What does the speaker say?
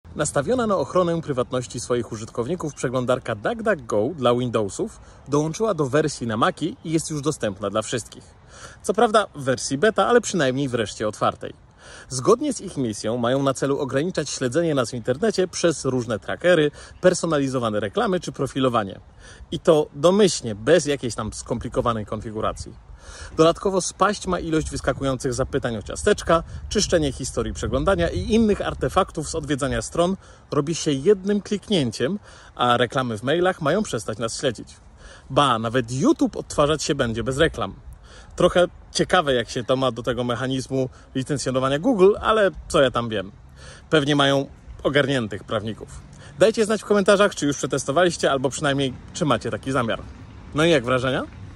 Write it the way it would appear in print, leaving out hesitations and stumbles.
Nastawiona na ochronę prywatności swoich użytkowników przeglądarka DuckDuckGo dla Windowsów dołączyła do wersji na Maci i jest już dostępna dla wszystkich. Co prawda w wersji beta, ale przynajmniej wreszcie otwartej. Zgodnie z ich misją mają na celu ograniczać śledzenie nas w internecie przez różne trackery, personalizowane reklamy czy profilowanie. I to domyślnie, bez jakiejś tam skomplikowanej konfiguracji. Dodatkowo spaść ma ilość wyskakujących zapytań o ciasteczka, czyszczenie historii przeglądania i innych artefaktów z odwiedzania stron robi się jednym kliknięciem, a reklamy w mailach mają przestać nas śledzić. Ba, nawet YouTube odtwarzać się będzie bez reklam. Trochę ciekawe, jak się to ma do tego mechanizmu licencjonowania Google, ale co ja tam wiem. Pewnie mają ogarniętych prawników. Dajcie znać w komentarzach, czy już przetestowaliście, albo przynajmniej czy macie taki zamiar. No i jak wrażenia?